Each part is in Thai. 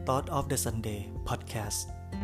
Thought of the Sunday Podcast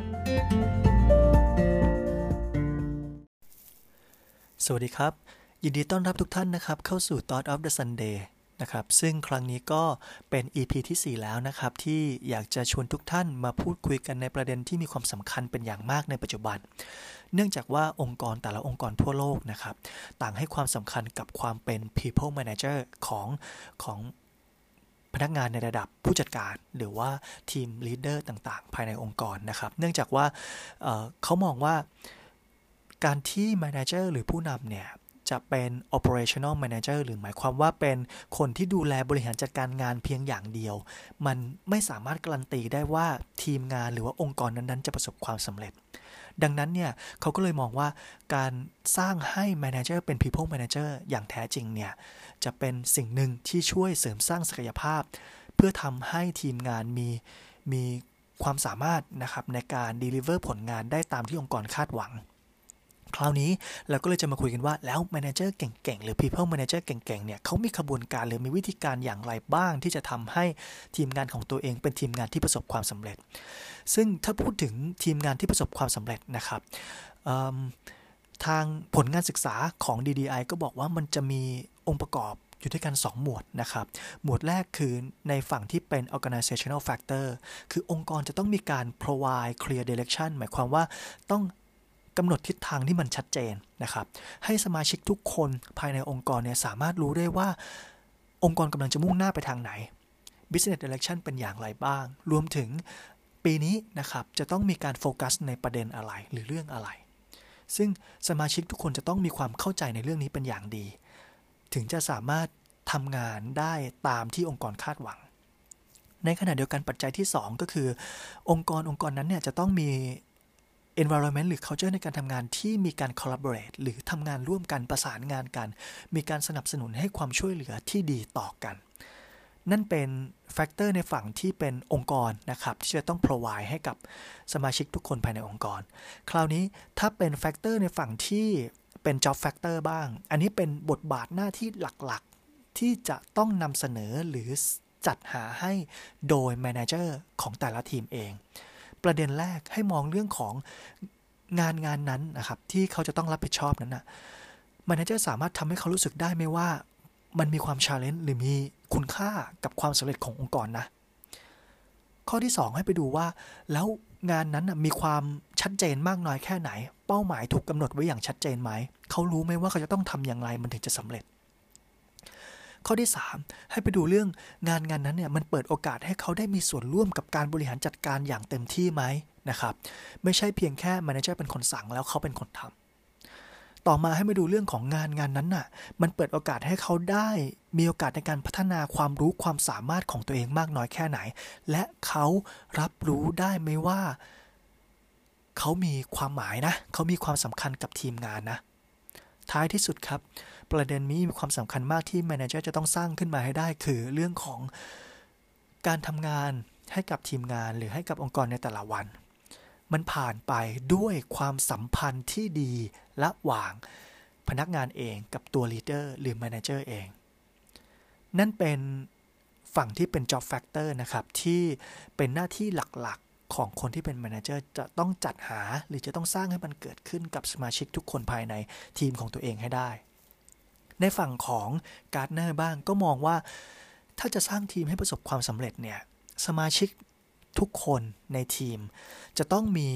สวัสดีครับยินดีต้อนรับทุกท่านนะครับเข้าสู่ Thought of the Sunday นะครับซึ่งครั้งนี้ก็เป็น EP ที่4แล้วนะครับที่อยากจะชวนทุกท่านมาพูดคุยกันในประเด็นที่มีความสำคัญเป็นอย่างมากในปัจจุบันเนื่องจากว่าองค์กรแต่ละองค์กรทั่วโลกนะครับต่างให้ความสำคัญกับความเป็น people manager ของพนักงานในระดับผู้จัดการหรือว่าทีมลีดเดอร์ต่างๆภายในองค์กรนะครับเนื่องจากว่าเขามองว่าการที่ manager หรือผู้นำเนี่ยจะเป็น operational manager หรือหมายความว่าเป็นคนที่ดูแลบริหารจัดการงานเพียงอย่างเดียวมันไม่สามารถการันตีได้ว่าทีมงานหรือว่าองค์กรนั้นๆจะประสบความสำเร็จดังนั้นเนี่ยเขาก็เลยมองว่าการสร้างให้ manager เป็น people manager อย่างแท้จริงเนี่ยจะเป็นสิ่งหนึ่งที่ช่วยเสริมสร้างศักยภาพเพื่อทำให้ทีมงานมีความสามารถนะครับในการ deliver ผลงานได้ตามที่องค์กรคาดหวังคราวนี้เราก็เลยจะมาคุยกันว่าแล้ว manager เก่งๆหรือ people manager เก่งๆเนี่ยเขามีขบวนการหรือมีวิธีการอย่างไรบ้างที่จะทำให้ทีมงานของตัวเองเป็นทีมงานที่ประสบความสำเร็จซึ่งถ้าพูดถึงทีมงานที่ประสบความสำเร็จนะครับทางผลงานศึกษาของ DDI ก็บอกว่ามันจะมีองค์ประกอบอยู่ด้วยกัน2หมวดนะครับหมวดแรกคือในฝั่งที่เป็น organizational factor คือองค์กรจะต้องมีการ provide clear direction หมายความว่าต้องกำหนดทิศทางที่มันชัดเจนนะครับให้สมาชิกทุกคนภายในองค์กรเนี่ยสามารถรู้ได้ว่าองค์กรกำลังจะมุ่งหน้าไปทางไหน business direction เป็นอย่างไรบ้างรวมถึงปีนี้นะครับจะต้องมีการโฟกัสในประเด็นอะไรหรือเรื่องอะไรซึ่งสมาชิกทุกคนจะต้องมีความเข้าใจในเรื่องนี้เป็นอย่างดีถึงจะสามารถทำงานได้ตามที่องค์กรคาดหวังในขณะเดียวกันปัจจัยที่2ก็คือองค์กรนั้นเนี่ยจะต้องมีenvironment หรือ culture ในการทำงานที่มีการ collaborate หรือทำงานร่วมกันประสานงานกันมีการสนับสนุนให้ความช่วยเหลือที่ดีต่อกันนั่นเป็นแฟกเตอร์ในฝั่งที่เป็นองค์กรนะครับที่จะต้อง provide ให้กับสมาชิกทุกคนภายในองค์กรคราวนี้ถ้าเป็นแฟกเตอร์ในฝั่งที่เป็น job factor บ้างอันนี้เป็นบทบาทหน้าที่หลักๆที่จะต้องนำเสนอหรือจัดหาให้โดย manager ของแต่ละทีมเองประเด็นแรกให้มองเรื่องของงานนั้นนะครับที่เขาจะต้องรับผิดชอบนั้นนะmanager สามารถทำให้เขารู้สึกได้ไหมว่ามันมีความ challenge หรือมีคุณค่ากับความสำเร็จขององค์กรนะข้อที่2ให้ไปดูว่าแล้วงานนั้นมีความชัดเจนมากน้อยแค่ไหนเป้าหมายถูกกำหนดไว้อย่างชัดเจนไหมเขารู้ไหมว่าเขาจะต้องทำอย่างไรมันถึงจะสำเร็จข้อที่3ให้ไปดูเรื่องงานนั้นเนี่ยมันเปิดโอกาสให้เขาได้มีส่วนร่วมกับการบริหารจัดการอย่างเต็มที่ไหมนะครับไม่ใช่เพียงแค่ manager เป็นคนสั่งแล้วเขาเป็นคนทำต่อมาให้มาดูเรื่องของงานนั้นน่ะมันเปิดโอกาสให้เขาได้มีโอกาสในการพัฒนาความรู้ความสามารถของตัวเองมากน้อยแค่ไหนและเขารับรู้ได้ไหมว่าเขามีความหมายนะเขามีความสำคัญกับทีมงานนะท้ายที่สุดครับประเด็นนี้มีความสำคัญมากที่ manager จะต้องสร้างขึ้นมาให้ได้คือเรื่องของการทำงานให้กับทีมงานหรือให้กับองค์กรในแต่ละวันมันผ่านไปด้วยความสัมพันธ์ที่ดีระหว่างพนักงานเองกับตัว leader หรือ manager เองนั่นเป็นฝั่งที่เป็น job factor นะครับที่เป็นหน้าที่หลักๆของคนที่เป็น manager จะต้องจัดหาหรือจะต้องสร้างให้มันเกิดขึ้นกับสมาชิกทุกคนภายในทีมของตัวเองให้ได้ในฝั่งของการ์ดเนอร์บ้างก็มองว่าถ้าจะสร้างทีมให้ประสบความสำเร็จเนี่ยสมาชิกทุกคนในทีมจะต้องมี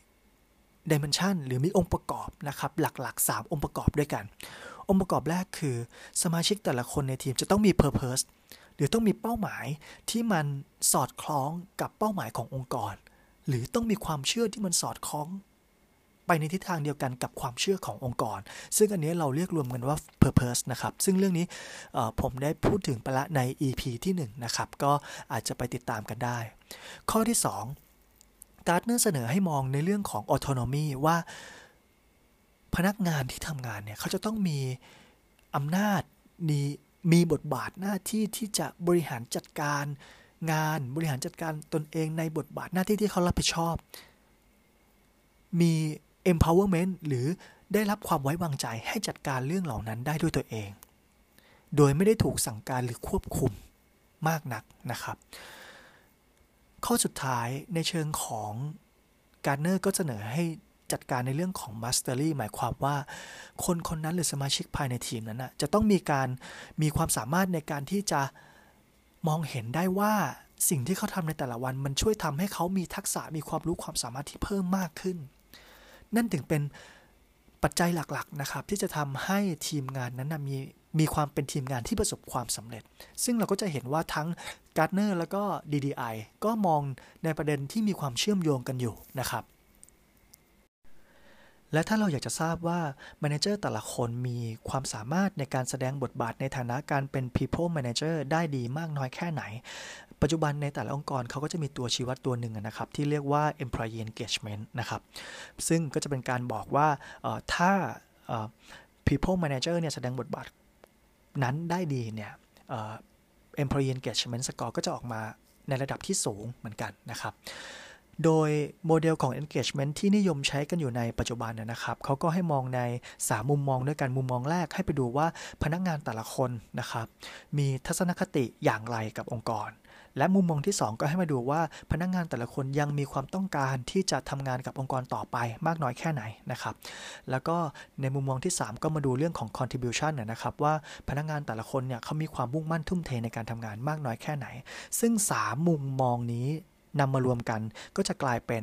dimension หรือมีองค์ประกอบนะครับหลักๆ3องค์ประกอบด้วยกันองค์ประกอบแรกคือสมาชิกแต่ละคนในทีมจะต้องมี purpose หรือต้องมีเป้าหมายที่มันสอดคล้องกับเป้าหมายขององค์กรหรือต้องมีความเชื่อที่มันสอดคล้องไปในทิศทางเดียวกันกับความเชื่อขององค์กรซึ่งอันนี้เราเรียกรวมกันว่า purpose นะครับซึ่งเรื่องนี้ผมได้พูดถึงไปละใน EP ที่1นะครับก็อาจจะไปติดตามกันได้ข้อที่2การ์ดเนอร์เสนอให้มองในเรื่องของ autonomy ว่าพนักงานที่ทำงานเนี่ยเขาจะต้องมีอำนาจมีบทบาทหน้าที่ที่จะบริหารจัดการงานบริหารจัดการตนเองในบทบาทหน้าที่ที่เขารับผิดชอบมี empowerment หรือได้รับความไว้วางใจให้จัดการเรื่องเหล่านั้นได้ด้วยตัวเองโดยไม่ได้ถูกสั่งการหรือควบคุมมากนักนะครับข้อสุดท้ายในเชิงของการ์เนอร์ก็เสนอให้จัดการในเรื่องของ Mastery หมายความว่าคนคนนั้นหรือสมาชิกภายในทีมนั้นจะต้องมีความสามารถในการที่จะมองเห็นได้ว่าสิ่งที่เขาทำในแต่ละวันมันช่วยทำให้เขามีทักษะมีความรู้ความสามารถที่เพิ่มมากขึ้นนั่นถึงเป็นปัจจัยหลักๆนะครับที่จะทำให้ทีมงานนั้นมีความเป็นทีมงานที่ประสบความสำเร็จซึ่งเราก็จะเห็นว่าทั้ง Gartner แล้วก็ DDI ก็มองในประเด็นที่มีความเชื่อมโยงกันอยู่นะครับและถ้าเราอยากจะทราบว่า Manager แต่ละคนมีความสามารถในการแสดงบทบาทในฐานะการเป็น People Manager ได้ดีมากน้อยแค่ไหนปัจจุบันในแต่ละองค์กรเขาก็จะมีตัวชี้วัดตัวหนึ่งนะครับที่เรียกว่า Employee Engagement นะครับซึ่งก็จะเป็นการบอกว่าถ้าPeople Manager เนี่ยแสดงบทบาทนั้นได้ดีเนี่ยEmployee Engagement Score ก็จะออกมาในระดับที่สูงเหมือนกันนะครับโดยโมเดลของ engagement ที่นิยมใช้กันอยู่ในปัจจุบันนะครับเขาก็ให้มองใน3มุมมองด้วยกันมุมมองแรกให้ไปดูว่าพนักงานแต่ละคนนะครับมีทัศนคติอย่างไรกับองค์กรและมุมมองที่2ก็ให้มาดูว่าพนักงานแต่ละคนยังมีความต้องการที่จะทำงานกับองค์กรต่อไปมากน้อยแค่ไหนนะครับแล้วก็ในมุมมองที่3ก็มาดูเรื่องของ contribution นะครับว่าพนักงานแต่ละคนเนี่ยเขามีความมุ่งมั่นทุ่มเทในการทำงานมากน้อยแค่ไหนซึ่ง3มุมมองนี้นำมารวมกันก็จะกลายเป็น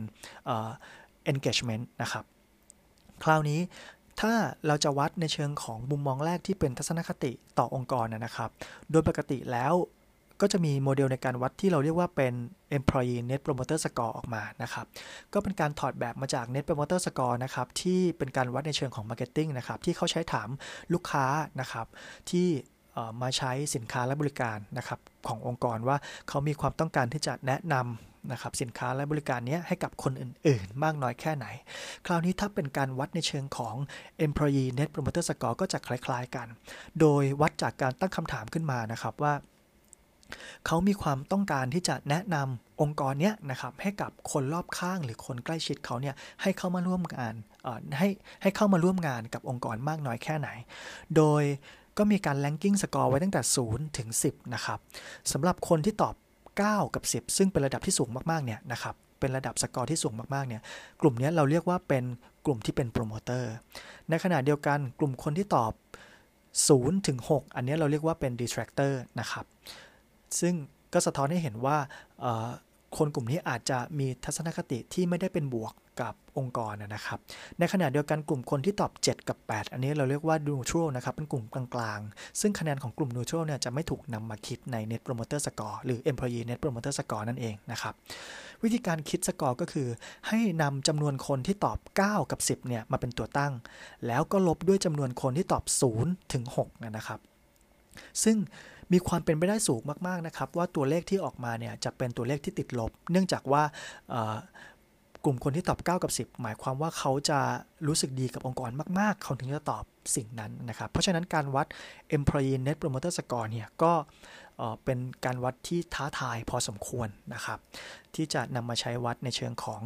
engagement นะครับคราวนี้ถ้าเราจะวัดในเชิงของมุมมองแรกที่เป็นทัศนคติต่อองค์กรนะครับโดยปกติแล้วก็จะมีโมเดลในการวัดที่เราเรียกว่าเป็น Employee Net Promoter Score ออกมานะครับก็เป็นการถอดแบบมาจาก Net Promoter Score นะครับที่เป็นการวัดในเชิงของ Marketing นะครับที่เขาใช้ถามลูกค้านะครับที่มาใช้สินค้าและบริการนะครับขององค์กรว่าเขามีความต้องการที่จะแนะนำนะครับสินค้าและบริการนี้ให้กับคนอื่นๆมากน้อยแค่ไหนคราวนี้ถ้าเป็นการวัดในเชิงของ Employee Net Promoter Score ก็จะคล้ายๆกันโดยวัดจากการตั้งคำถามขึ้นมานะครับว่าเขามีความต้องการที่จะแนะนำองค์กรเนี้ยนะครับให้กับคนรอบข้างหรือคนใกล้ชิดเขาเนี่ยให้เข้ามาร่วมงานให้เข้ามาร่วมงานกับองค์กรมากน้อยแค่ไหนโดยก็มีการ ranking score ไว้ตั้งแต่0ถึง10นะครับสำหรับคนที่ตอบ9กับ10ซึ่งเป็นระดับที่สูงมากๆเนี่ยนะครับเป็นระดับสกอร์ที่สูงมากๆเนี่ยกลุ่มนี้เราเรียกว่าเป็นกลุ่มที่เป็นโปรโมเตอร์ในขณะเดียวกันกลุ่มคนที่ตอบ0ถึง6อันนี้เราเรียกว่าเป็น detractor นะครับซึ่งก็สะท้อนให้เห็นว่าคนกลุ่มนี้อาจจะมีทัศนคติที่ไม่ได้เป็นบวกกับองค์กรนะครับในขณะเดียวกันกลุ่มคนที่ตอบ7กับ8อันนี้เราเรียกว่า neutral นะครับเป็นกลุ่มกลางๆซึ่งคะแนนของกลุ่ม neutral เนี่ยจะไม่ถูกนำมาคิดใน net promoter score หรือ employee net promoter score นั่นเองนะครับวิธีการคิดสกอร์ก็คือให้นำจำนวนคนที่ตอบ9กับ10เนี่ยมาเป็นตัวตั้งแล้วก็ลบด้วยจำนวนคนที่ตอบ0ถึง6นะครับซึ่งมีความเป็นไปได้สูงมากๆนะครับว่าตัวเลขที่ออกมาเนี่ยจะเป็นตัวเลขที่ติดลบเนื่องจากว่ากลุ่มคนที่ตอบ9กับ10หมายความว่าเขาจะรู้สึกดีกับองค์กรมากๆเขาถึงจะตอบสิ่งนั้นนะครับเพราะฉะนั้นการวัด Employee Net Promoter Score เนี่ยก็เป็นการวัดที่ท้าทายพอสมควรนะครับที่จะนำมาใช้วัดในเชิงของ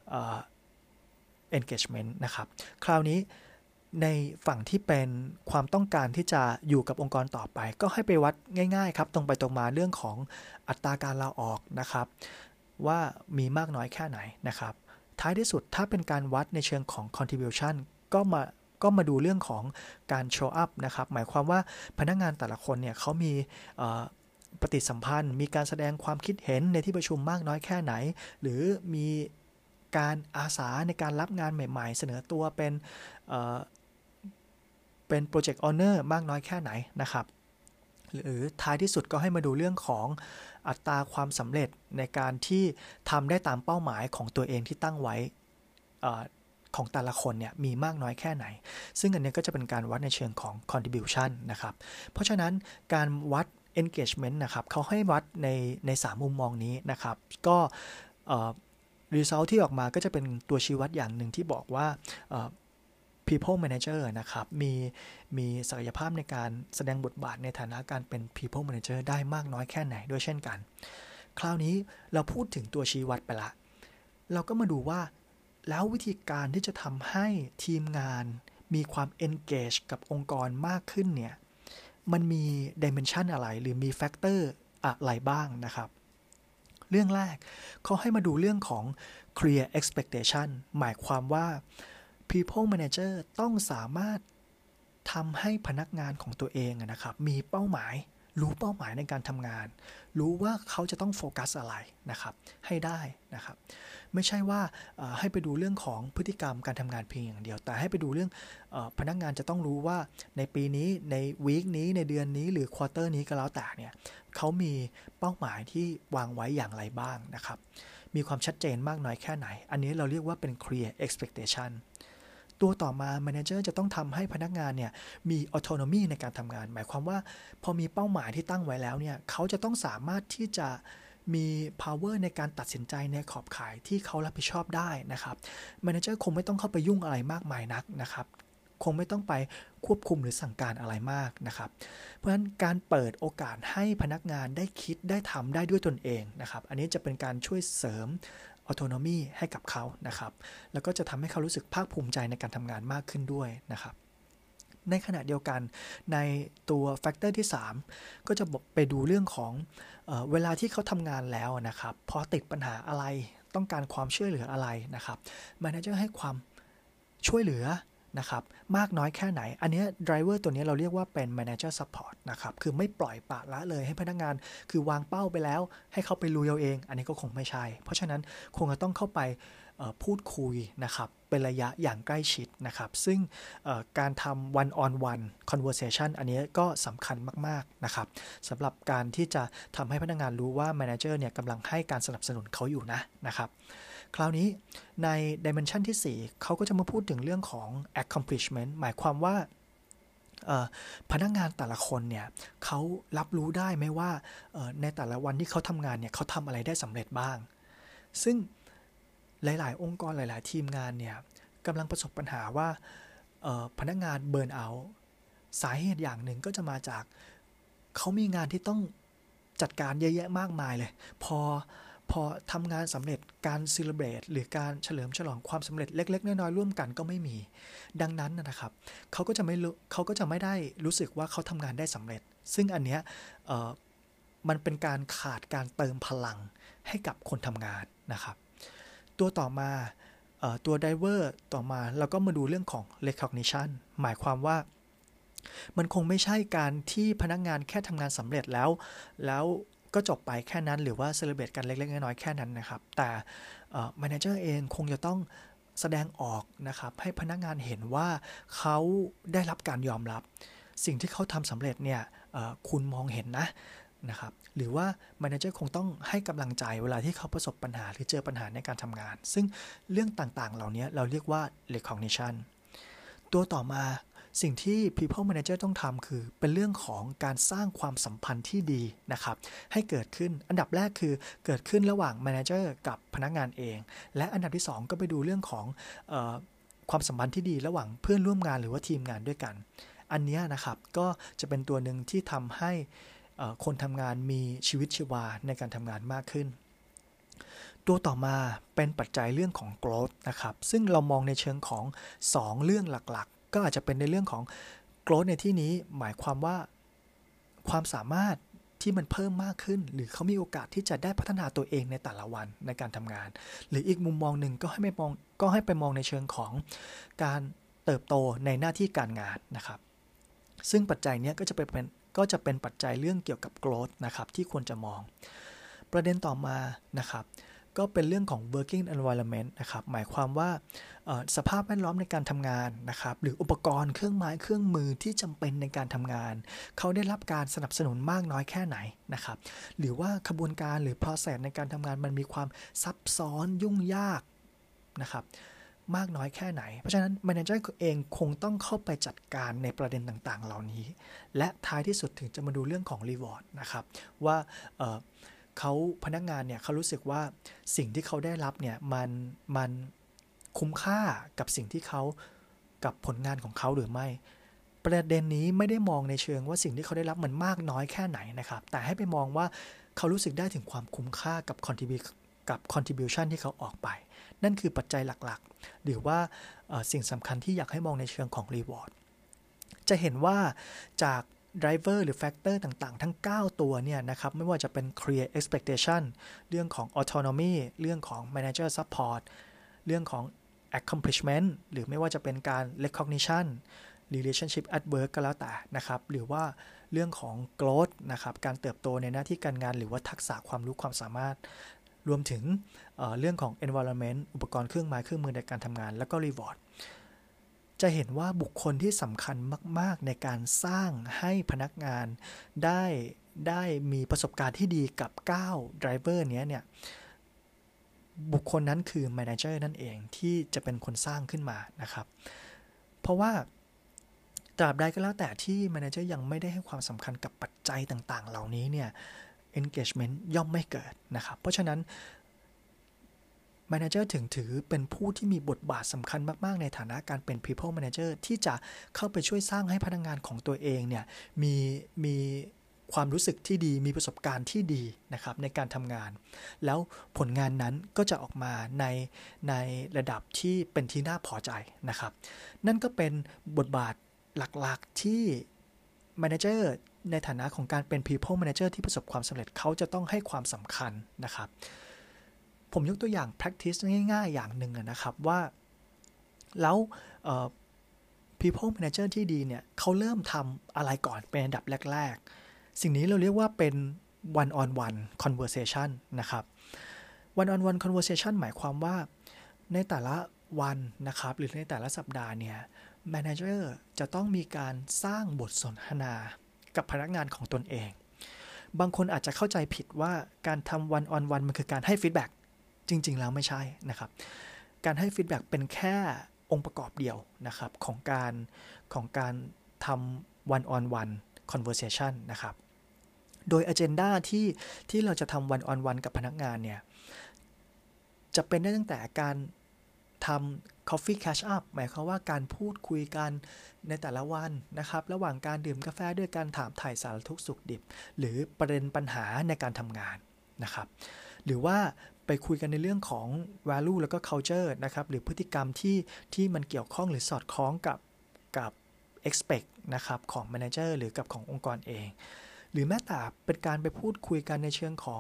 engagement นะครับคราวนี้ในฝั่งที่เป็นความต้องการที่จะอยู่กับองค์กรต่อไปก็ให้ไปวัดง่ายๆครับตรงไปตรงมาเรื่องของอัตราการลาออกนะครับว่ามีมากน้อยแค่ไหนนะครับท้ายที่สุดถ้าเป็นการวัดในเชิงของ contribution ก็มาดูเรื่องของการ show up นะครับหมายความว่าพนักงานแต่ละคนเนี่ยเขามีปฏิสัมพันธ์มีการแสดงความคิดเห็นในที่ประชุมมากน้อยแค่ไหนหรือมีการอาสาในการรับงานใหม่ๆเสนอตัวเป็นโปรเจกต์ออเนอร์มากน้อยแค่ไหนนะครับหรือท้ายที่สุดก็ให้มาดูเรื่องของอัตราความสำเร็จในการที่ทำได้ตามเป้าหมายของตัวเองที่ตั้งไว้ของแต่ละคนเนี่ยมีมากน้อยแค่ไหนซึ่งอันนี้ก็จะเป็นการวัดในเชิงของ contribution นะครับเพราะฉะนั้นการวัด engagement นะครับเขาให้วัดใน3มุมมองนี้นะครับก็result ที่ออกมาก็จะเป็นตัวชี้วัดอย่างหนึ่งที่บอกว่า people manager นะครับมีศักยภาพในการแสดงบทบาทในฐานะการเป็น people manager ได้มากน้อยแค่ไหนด้วยเช่นกันคราวนี้เราพูดถึงตัวชี้วัดไปละเราก็มาดูว่าแล้ววิธีการที่จะทำให้ทีมงานมีความ engage กับองค์กรมากขึ้นเนี่ยมันมี dimension อะไรหรือมี factor อะไรบ้างนะครับเรื่องแรกเขาให้มาดูเรื่องของ clear expectation หมายความว่า people manager ต้องสามารถทำให้พนักงานของตัวเองนะครับมีเป้าหมายรู้เป้าหมายในการทำงานรู้ว่าเขาจะต้องโฟกัสอะไรนะครับให้ได้นะครับไม่ใช่ว่าให้ไปดูเรื่องของพฤติกรรมการทำงานเพียงอย่างเดียวแต่ให้ไปดูเรื่องพนักงานจะต้องรู้ว่าในปีนี้ในวีคนี้ในเดือนนี้หรือควอเตอร์นี้ก็แล้วแต่เนี่ยเขามีเป้าหมายที่วางไว้อย่างไรบ้างนะครับมีความชัดเจนมากน้อยแค่ไหนอันนี้เราเรียกว่าเป็น clear expectationตัวต่อมา Manager จะต้องทำให้พนักงานเนี่ยมี autonomy ในการทำงานหมายความว่าพอมีเป้าหมายที่ตั้งไว้แล้วเนี่ยเขาจะต้องสามารถที่จะมี power ในการตัดสินใจในขอบข่ายที่เขารับผิดชอบได้นะครับ Manager คงไม่ต้องเข้าไปยุ่งอะไรมากมายนักนะครับคงไม่ต้องไปควบคุมหรือสั่งการอะไรมากนะครับเพราะฉะนั้นการเปิดโอกาสให้พนักงานได้คิดได้ทำได้ด้วยตนเองนะครับอันนี้จะเป็นการช่วยเสริมautonomy ให้กับเขานะครับแล้วก็จะทำให้เขารู้สึกภาคภูมิใจในการทำงานมากขึ้นด้วยนะครับในขณะเดียวกันในตัวแฟกเตอร์ที่3ก็จะไปดูเรื่องของเวลาที่เขาทำงานแล้วนะครับพอติดปัญหาอะไรต้องการความช่วยเหลืออะไรนะครับ Manager ให้ความช่วยเหลือนะครับมากน้อยแค่ไหนอันนี้ driver ตัวนี้เราเรียกว่าเป็น manager support นะครับคือไม่ปล่อยปละละเลยให้พนักงานคือวางเป้าไปแล้วให้เขาไปลุยเอาเองอันนี้ก็คงไม่ใช่เพราะฉะนั้นคงจะต้องเข้าไปพูดคุยนะครับเป็นระยะอย่างใกล้ชิดนะครับซึ่งการทำ one on one conversation อันนี้ก็สำคัญมากๆนะครับสำหรับการที่จะทำให้พนักงานรู้ว่า manager เนี่ยกำลังให้การสนับสนุนเขาอยู่นะครับคราวนี้ใน dimension ที่4เขาก็จะมาพูดถึงเรื่องของ accomplishment หมายความว่าพนักงานแต่ละคนเนี่ยเขารับรู้ได้ไหมว่าในแต่ละวันที่เขาทำงานเนี่ยเขาทำอะไรได้สำเร็จบ้างซึ่งหลายๆองค์กรหลายๆทีมงานเนี่ยกำลังประสบปัญหาว่าพนักงานเบิร์นเอาท์สาเหตุอย่างหนึ่งก็จะมาจากเขามีงานที่ต้องจัดการเยอะแยะมากมายเลยพอทำงานสำเร็จการเซเลบเรตหรือการเฉลิมฉลองความสำเร็จเล็กๆน้อยๆร่วมกันก็ไม่มีดังนั้นนะครับเขาก็จะไม่ได้รู้สึกว่าเขาทำงานได้สำเร็จซึ่งอันเนี้ยมันเป็นการขาดการเติมพลังให้กับคนทำงานนะครับตัวต่อมาตัว driver ต่อมาเราก็มาดูเรื่องของ recognition หมายความว่ามันคงไม่ใช่การที่พนักงานแค่ทำงานสำเร็จแล้วก็จบไปแค่นั้นหรือว่าเซเลบเรตกันเล็กๆน้อยๆแค่นั้นนะครับแต่manager เองคงจะต้องแสดงออกนะครับให้พนักงานเห็นว่าเขาได้รับการยอมรับสิ่งที่เขาทำสำเร็จเนี่ยคุณมองเห็นนะครับหรือว่า manager คงต้องให้กำลังใจเวลาที่เขาประสบปัญหาหรือเจอปัญหาในการทำงานซึ่งเรื่องต่างๆเหล่านี้เราเรียกว่า recognition ตัวต่อมาสิ่งที่ people manager ต้องทำคือเป็นเรื่องของการสร้างความสัมพันธ์ที่ดีนะครับให้เกิดขึ้นอันดับแรกคือเกิดขึ้นระหว่าง manager กับพนักงานเองและอันดับที่2ก็ไปดูเรื่องของความสัมพันธ์ที่ดีระหว่างเพื่อนร่วมงานหรือว่าทีมงานด้วยกันอันนี้นะครับก็จะเป็นตัวหนึ่งที่ทำให้คนทำงานมีชีวิตชีวาในการทำงานมากขึ้นตัวต่อมาเป็นปัจจัยเรื่องของ growth นะครับซึ่งเรามองในเชิงของ2เรื่องหลักๆก็อาจจะเป็นในเรื่องของ growth ในที่นี้หมายความว่าความสามารถที่มันเพิ่มมากขึ้นหรือเขามีโอกาสที่จะได้พัฒนาตัวเองในแต่ละวันในการทำงานหรืออีกมุมมองหนึ่งก็ให้ไปมองในเชิงของการเติบโตในหน้าที่การงานนะครับซึ่งปัจจัยนี้ก็จะเป็นปัจจัยเรื่องเกี่ยวกับ growth นะครับที่ควรจะมองประเด็นต่อมานะครับก็เป็นเรื่องของ working environment นะครับหมายความว่าสภาพแวดล้อมในการทำงานนะครับหรืออุปกรณ์เครื่องไม้เครื่องมือที่จำเป็นในการทำงานเขาได้รับการสนับสนุนมากน้อยแค่ไหนนะครับหรือว่าขบวนการหรือ process ในการทำงานมันมีความซับซ้อนยุ่งยากนะครับมากน้อยแค่ไหนเพราะฉะนั้น manager เองคงต้องเข้าไปจัดการในประเด็นต่างๆเหล่านี้และท้ายที่สุดถึงจะมาดูเรื่องของ reward นะครับว่าเขาพนักงานเนี่ยเขารู้สึกว่าสิ่งที่เขาได้รับเนี่ยมันคุ้มค่ากับสิ่งที่เขากับผลงานของเขาหรือไม่ประเด็นนี้ไม่ได้มองในเชิงว่าสิ่งที่เขาได้รับมันมากน้อยแค่ไหนนะครับแต่ให้ไปมองว่าเขารู้สึกได้ถึงความคุ้มค่ากับ contribution ที่เขาออกไปนั่นคือปัจจัยหลักๆหรือว่าสิ่งสำคัญที่อยากให้มองในเชิงของ reward จะเห็นว่าจาก driver หรือ factor ต่างๆทั้ง9ตัวเนี่ยนะครับไม่ว่าจะเป็น clear expectation เรื่องของ autonomy เรื่องของ manager support เรื่องของ accomplishment หรือไม่ว่าจะเป็นการ recognition relationship at work ก็แล้วแต่นะครับหรือว่าเรื่องของ growth นะครับการเติบโตในหน้าที่การงานหรือว่าทักษะความรู้ความสามารถรวมถึงเรื่องของ environment อุปกรณ์เครื่องไม้เครื่องมือในการทำงานแล้วก็ reward จะเห็นว่าบุคคลที่สำคัญมากๆในการสร้างให้พนักงานได้มีประสบการณ์ที่ดีกับ9 driver เนี้ยเนี่ยบุคคลนั้นคือ manager นั่นเองที่จะเป็นคนสร้างขึ้นมานะครับเพราะว่าตราบใดก็แล้วแต่ที่ manager ยังไม่ได้ให้ความสำคัญกับปัจจัยต่างๆเหล่านี้เนี่ย engagement ย่อมไม่เกิดนะครับเพราะฉะนั้น manager ถึงถือเป็นผู้ที่มีบทบาทสำคัญมากๆในฐานะการเป็น people manager ที่จะเข้าไปช่วยสร้างให้พนักงานของตัวเองเนี่ยมีความรู้สึกที่ดีมีประสบการณ์ที่ดีนะครับในการทำงานแล้วผลงานนั้นก็จะออกมาในระดับที่เป็นที่น่าพอใจนะครับนั่นก็เป็นบทบาทหลักๆที่ manager ในฐานะของการเป็น people manager ที่ประสบความสำเร็จเขาจะต้องให้ความสำคัญนะครับผมยกตัวอย่าง practice ง่ายๆอย่างหนึ่งนะครับว่าแล้วpeople manager ที่ดีเนี่ยเขาเริ่มทำอะไรก่อนเป็นอันดับแรกๆสิ่งนี้เราเรียกว่าเป็น one on one conversation นะครับ one on one conversation หมายความว่าในแต่ละวันนะครับหรือในแต่ละสัปดาห์เนี่ย manager จะต้องมีการสร้างบทสนทนากับพนักงานของตนเองบางคนอาจจะเข้าใจผิดว่าการทำ one on one มันคือการให้ feedback จริงๆแล้วไม่ใช่นะครับการให้ feedback เป็นแค่องค์ประกอบเดียวนะครับของการทำ one on one conversation นะครับโดย agenda ที่เราจะทำ one on one กับพนักงานเนี่ยจะเป็นได้ตั้งแต่การทำ coffee catch up หมายความว่าการพูดคุยกันในแต่ละวันนะครับระหว่างการดื่มกาแฟด้วยการถามถ่ายสารทุกข์สุขดิบหรือประเด็นปัญหาในการทำงานนะครับหรือว่าไปคุยกันในเรื่องของ value แล้วก็ culture นะครับหรือพฤติกรรมที่มันเกี่ยวข้องหรือสอดคล้องกับ expect นะครับของ manager หรือกับขององค์กรเองหรือแม้แต่เป็นการไปพูดคุยกันในเชิงของ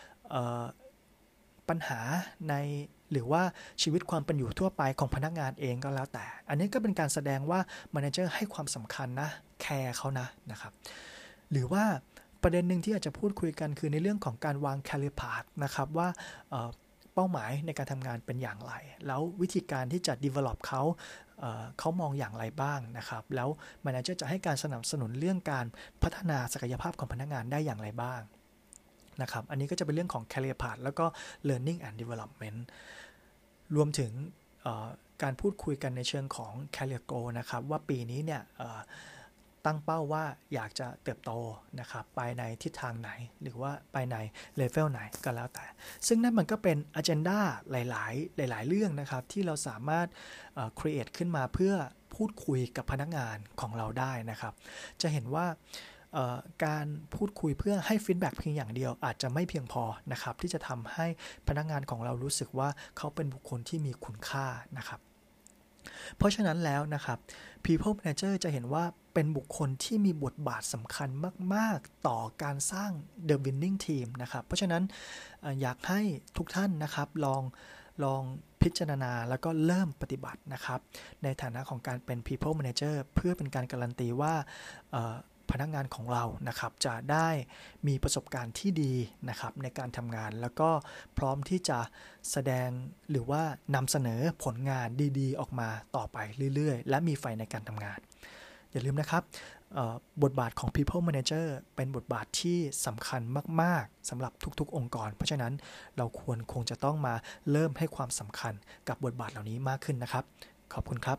ปัญหาในหรือว่าชีวิตความเป็นอยู่ทั่วไปของพนักงานเองก็แล้วแต่อันนี้ก็เป็นการแสดงว่า manager ให้ความสำคัญนะแคร์เขานะครับหรือว่าประเด็นหนึ่งที่อาจจะพูดคุยกันคือในเรื่องของการวาง career path นะครับว่าเป้าหมายในการทำงานเป็นอย่างไรแล้ววิธีการที่จะ develop เขามองอย่างไรบ้างนะครับแล้ว manager จะให้การสนับสนุนเรื่องการพัฒนาศักยภาพของพนักงานได้อย่างไรบ้างนะครับอันนี้ก็จะเป็นเรื่องของ career path แล้วก็ learning and development รวมถึงการพูดคุยกันในเชิงของ career goal นะครับว่าปีนี้เนี่ยตั้งเป้าว่าอยากจะเติบโตนะครับไปในทิศทางไหนหรือว่าไปในเลเวลไหนก็แล้วแต่ซึ่งนั่นมันก็เป็น agenda หลายเรื่องนะครับที่เราสามารถcreate ขึ้นมาเพื่อพูดคุยกับพนักงานของเราได้นะครับจะเห็นว่าการพูดคุยเพื่อให้ฟีดแบ็กเพียงอย่างเดียวอาจจะไม่เพียงพอนะครับที่จะทำให้พนักงานของเรารู้สึกว่าเขาเป็นบุคคลที่มีคุณค่านะครับเพราะฉะนั้นแล้วนะครับ People Manager จะเห็นว่าเป็นบุคคลที่มีบทบาทสำคัญมากๆต่อการสร้าง The Winning Team นะครับเพราะฉะนั้นอยากให้ทุกท่านนะครับลองพิจารณาแล้วก็เริ่มปฏิบัตินะครับในฐานะของการเป็น People Manager เพื่อเป็นการการันตีว่าพนักงานของเรานะครับจะได้มีประสบการณ์ที่ดีนะครับในการทำงานแล้วก็พร้อมที่จะแสดงหรือว่านำเสนอผลงานดีๆออกมาต่อไปเรื่อยๆและมีไฟในการทำงานอย่าลืมนะครับบทบาทของ People Manager เป็นบทบาทที่สำคัญมากๆสำหรับทุกๆองค์กรเพราะฉะนั้นเราคงจะต้องมาเริ่มให้ความสำคัญกับบทบาทเหล่านี้มากขึ้นนะครับขอบคุณครับ